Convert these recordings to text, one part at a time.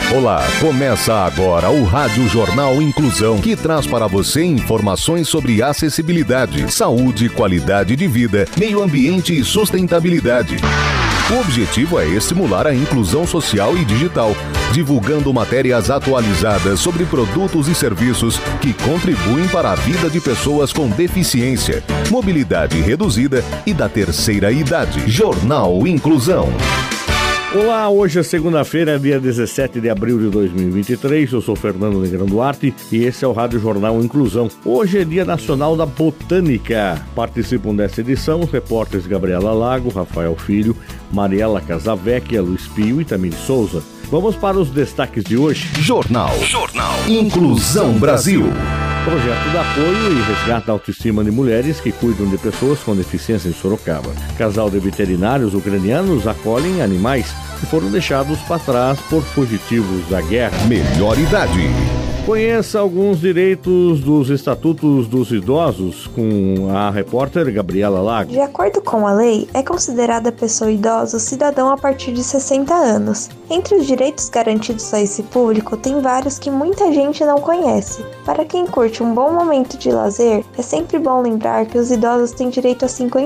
Olá, começa agora o Rádio Jornal Inclusão, que traz para você informações sobre acessibilidade, saúde, qualidade de vida, meio ambiente e sustentabilidade. O objetivo é estimular a inclusão social e digital, divulgando matérias atualizadas sobre produtos e serviços que contribuem para a vida de pessoas com deficiência, mobilidade reduzida e da terceira idade. Jornal Inclusão. Olá, hoje é segunda-feira, dia 17 de abril de 2023, eu sou Fernando Negrão Duarte e esse é o Rádio Jornal Inclusão. Hoje é Dia Nacional da Botânica. Participam dessa edição os repórteres Gabriela Lago, Rafael Filho, Mariela Casavecchia, Luiz Pio e Tamir Souza. Vamos para os destaques de hoje. Jornal Inclusão Brasil. Projeto de apoio e resgate da autoestima de mulheres que cuidam de pessoas com deficiência em Sorocaba. Casal de veterinários ucranianos acolhem animais que foram deixados para trás por fugitivos da guerra. Melhor idade. Conheça alguns direitos dos estatutos dos idosos com a repórter Gabriela Lago. De acordo com a lei, é considerada pessoa idosa o cidadão a partir de 60 anos. Entre os direitos garantidos a esse público, tem vários que muita gente não conhece. Para quem curte um bom momento de lazer, é sempre bom lembrar que os idosos têm direito a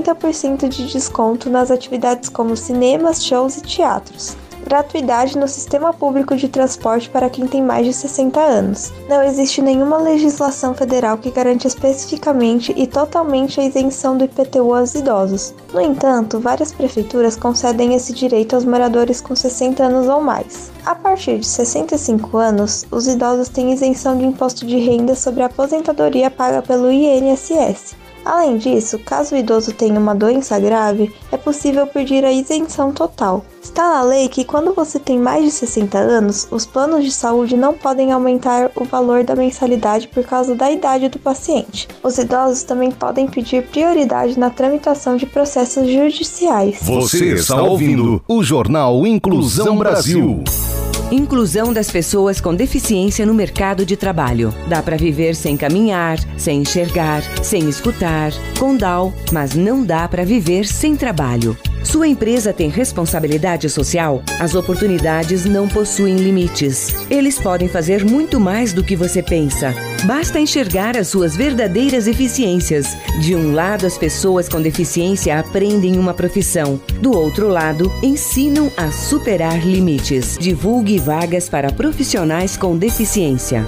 50% de desconto nas atividades como cinemas, shows e teatros. Gratuidade no sistema público de transporte para quem tem mais de 60 anos. Não existe nenhuma legislação federal que garante especificamente e totalmente a isenção do IPTU aos idosos. No entanto, várias prefeituras concedem esse direito aos moradores com 60 anos ou mais. A partir de 65 anos, os idosos têm isenção de imposto de renda sobre a aposentadoria paga pelo INSS. Além disso, caso o idoso tenha uma doença grave, é possível pedir a isenção total. Está na lei que quando você tem mais de 60 anos, os planos de saúde não podem aumentar o valor da mensalidade por causa da idade do paciente. Os idosos também podem pedir prioridade na tramitação de processos judiciais. Você está ouvindo o Jornal Inclusão Brasil. Inclusão das pessoas com deficiência no mercado de trabalho. Dá para viver sem caminhar, sem enxergar, sem escutar, com DAO, mas não dá para viver sem trabalho. Sua empresa tem responsabilidade social? As oportunidades não possuem limites. Eles podem fazer muito mais do que você pensa. Basta enxergar as suas verdadeiras eficiências. De um lado, as pessoas com deficiência aprendem uma profissão. Do outro lado, ensinam a superar limites. Divulgue vagas para profissionais com deficiência.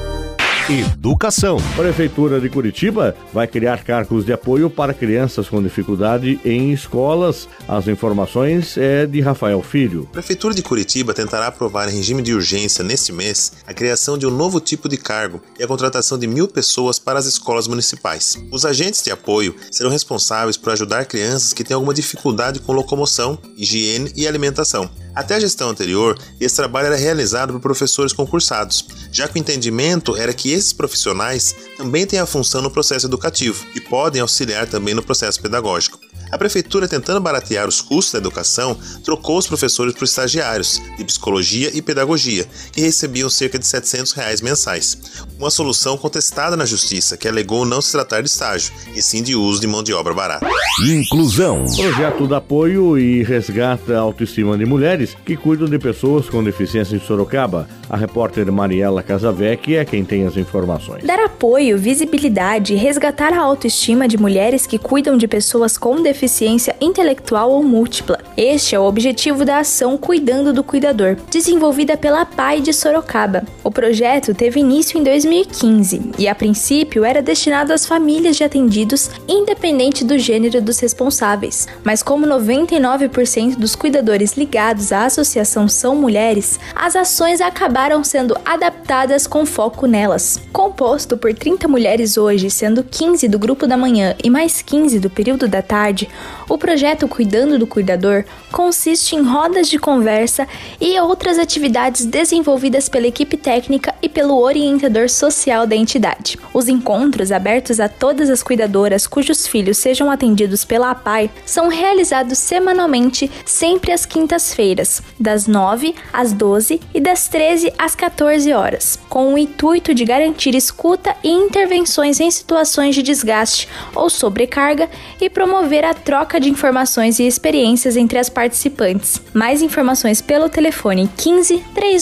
Educação. Prefeitura de Curitiba vai criar cargos de apoio para crianças com dificuldade em escolas. As informações é de Rafael Filho. A Prefeitura de Curitiba tentará aprovar em regime de urgência neste mês a criação de um novo tipo de cargo e a contratação de 1.000 pessoas para as escolas municipais. Os agentes de apoio serão responsáveis por ajudar crianças que têm alguma dificuldade com locomoção, higiene e alimentação. Até a gestão anterior, esse trabalho era realizado por professores concursados, já que o entendimento era que esses profissionais também têm a função no processo educativo e podem auxiliar também no processo pedagógico. A Prefeitura, tentando baratear os custos da educação, trocou os professores por estagiários de psicologia e pedagogia, que recebiam cerca de R$ 700 mensais. Uma solução contestada na Justiça, que alegou não se tratar de estágio, e sim de uso de mão de obra barata. Inclusão. Projeto de apoio e resgate a autoestima de mulheres que cuidam de pessoas com deficiência em Sorocaba. A repórter Mariela Casavecchia é quem tem as informações. Dar apoio, visibilidade e resgatar a autoestima de mulheres que cuidam de pessoas com deficiência intelectual ou múltipla. Este é o objetivo da ação Cuidando do Cuidador, desenvolvida pela PAI de Sorocaba. O projeto teve início em 2015 e, a princípio, era destinado às famílias de atendidos, independente do gênero dos responsáveis. Mas como 99% dos cuidadores ligados à associação são mulheres, as ações acabaram sendo adaptadas com foco nelas. Composto por 30 mulheres hoje, sendo 15 do grupo da manhã e mais 15 do período da tarde, o projeto Cuidando do Cuidador consiste em rodas de conversa e outras atividades desenvolvidas pela equipe técnica e pelo orientador social da entidade. Os encontros, abertos a todas as cuidadoras cujos filhos sejam atendidos pela APAI, são realizados semanalmente, sempre às quintas-feiras, das 9 às 12 e das 13 às 14 horas, com o intuito de garantir escuta e intervenções em situações de desgaste ou sobrecarga e promover a troca troca de informações e experiências entre as participantes. Mais informações pelo telefone 15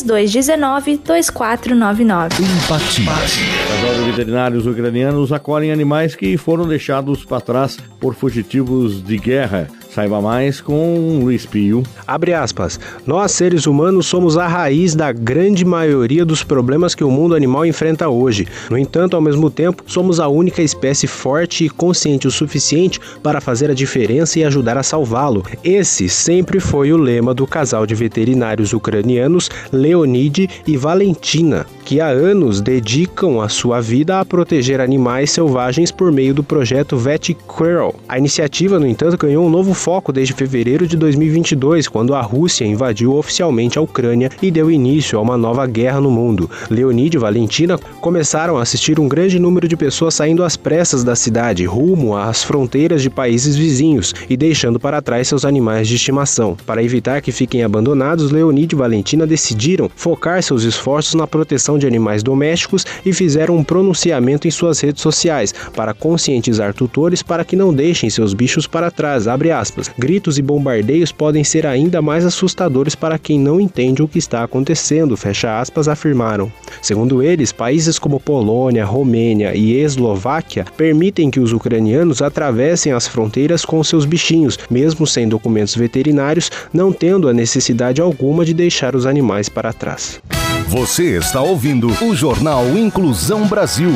3219 2499. Empatia. Casal de veterinários ucranianos acolhem animais que foram deixados para trás por fugitivos de guerra. Saiba mais com Luiz Pio. Abre aspas. Nós, seres humanos, somos a raiz da grande maioria dos problemas que o mundo animal enfrenta hoje. No entanto, ao mesmo tempo, somos a única espécie forte e consciente o suficiente para fazer a diferença e ajudar a salvá-lo. Esse sempre foi o lema do casal de veterinários ucranianos Leonid e Valentina, que há anos dedicam a sua vida a proteger animais selvagens por meio do projeto VetQuerel. A iniciativa, no entanto, ganhou um novo foco desde fevereiro de 2022, quando a Rússia invadiu oficialmente a Ucrânia e deu início a uma nova guerra no mundo. Leonid e Valentina começaram a assistir um grande número de pessoas saindo às pressas da cidade, rumo às fronteiras de países vizinhos e deixando para trás seus animais de estimação. Para evitar que fiquem abandonados, Leonid e Valentina decidiram focar seus esforços na proteção de animais domésticos e fizeram um pronunciamento em suas redes sociais para conscientizar tutores para que não deixem seus bichos para trás, abre aspas. Gritos e bombardeios podem ser ainda mais assustadores para quem não entende o que está acontecendo, fecha aspas, afirmaram. Segundo eles, países como Polônia, Romênia e Eslováquia permitem que os ucranianos atravessem as fronteiras com seus bichinhos, mesmo sem documentos veterinários, não tendo a necessidade alguma de deixar os animais para trás. Você está ouvindo o Jornal Inclusão Brasil.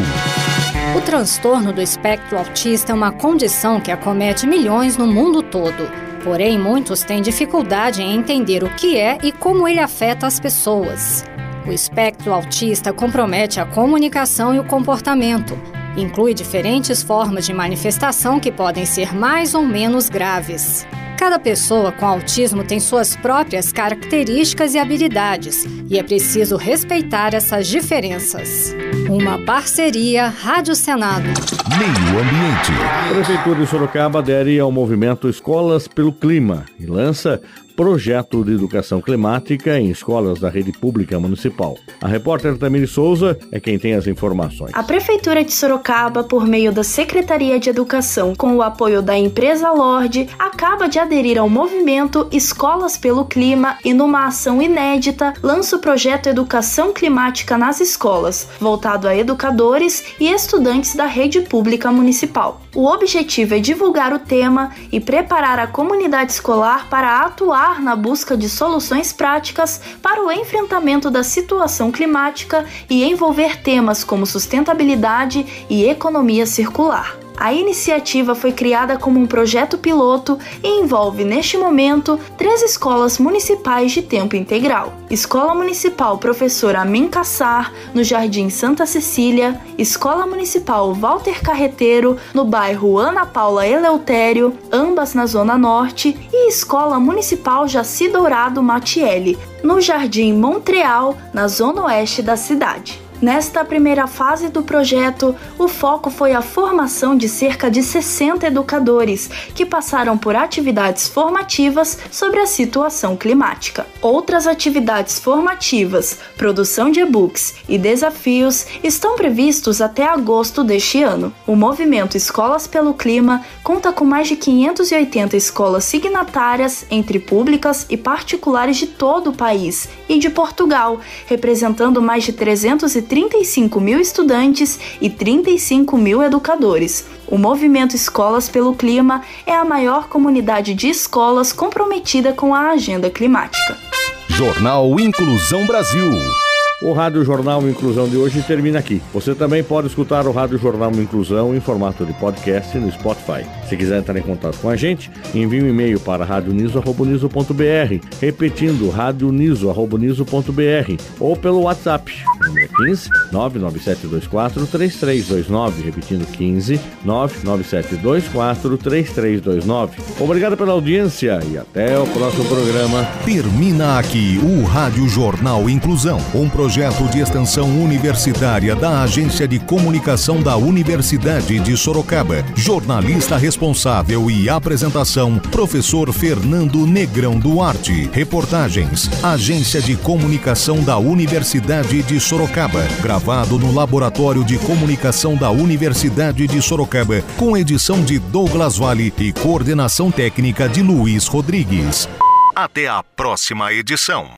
O transtorno do espectro autista é uma condição que acomete milhões no mundo todo. Porém, muitos têm dificuldade em entender o que é e como ele afeta as pessoas. O espectro autista compromete a comunicação e o comportamento. Inclui diferentes formas de manifestação que podem ser mais ou menos graves. Cada pessoa com autismo tem suas próprias características e habilidades, e é preciso respeitar essas diferenças. Uma parceria Rádio Senado. Meio Ambiente. A Prefeitura de Sorocaba adere ao movimento Escolas pelo Clima e lança projeto de educação climática em escolas da rede pública municipal. A repórter Tamiri Souza é quem tem as informações. A Prefeitura de Sorocaba, por meio da Secretaria de Educação, com o apoio da empresa Lorde, acaba de aderir ao movimento Escolas pelo Clima e, numa ação inédita, lança o projeto Educação Climática nas Escolas, voltado a educadores e estudantes da rede pública municipal. O objetivo é divulgar o tema e preparar a comunidade escolar para atuar na busca de soluções práticas para o enfrentamento da situação climática e envolver temas como sustentabilidade e economia circular. A iniciativa foi criada como um projeto piloto e envolve, neste momento, 3 escolas municipais de tempo integral. Escola Municipal Professor Amin Kassar, no Jardim Santa Cecília, Escola Municipal Walter Carreteiro, no bairro Ana Paula Eleutério, ambas na Zona Norte, e Escola Municipal Jaci Dourado Matielli, no Jardim Montreal, na Zona Oeste da cidade. Nesta primeira fase do projeto, o foco foi a formação de cerca de 60 educadores, que passaram por atividades formativas sobre a situação climática. Outras atividades formativas, produção de e-books e desafios estão previstos até agosto deste ano. O movimento Escolas pelo Clima conta com mais de 580 escolas signatárias, entre públicas e particulares de todo o país e de Portugal, representando mais de 335 mil estudantes e 35 mil educadores. O movimento Escolas pelo Clima é a maior comunidade de escolas comprometida com a agenda climática. Jornal Inclusão Brasil. O Rádio Jornal Inclusão de hoje termina aqui. Você também pode escutar o Rádio Jornal Inclusão em formato de podcast no Spotify. Se quiser entrar em contato com a gente, envie um e-mail para radioniso@niso.br, repetindo radioniso@niso.br, ou pelo WhatsApp, número 15 99724 3329, repetindo 15 99724 3329. Obrigado pela audiência e até o próximo programa. Termina aqui o Rádio Jornal Inclusão, um projeto projeto de extensão universitária da Agência de Comunicação da Universidade de Sorocaba. Jornalista responsável e apresentação, professor Fernando Negrão Duarte. Reportagens, Agência de Comunicação da Universidade de Sorocaba. Gravado no Laboratório de Comunicação da Universidade de Sorocaba, com edição de Douglas Vale e coordenação técnica de Luiz Rodrigues. Até a próxima edição.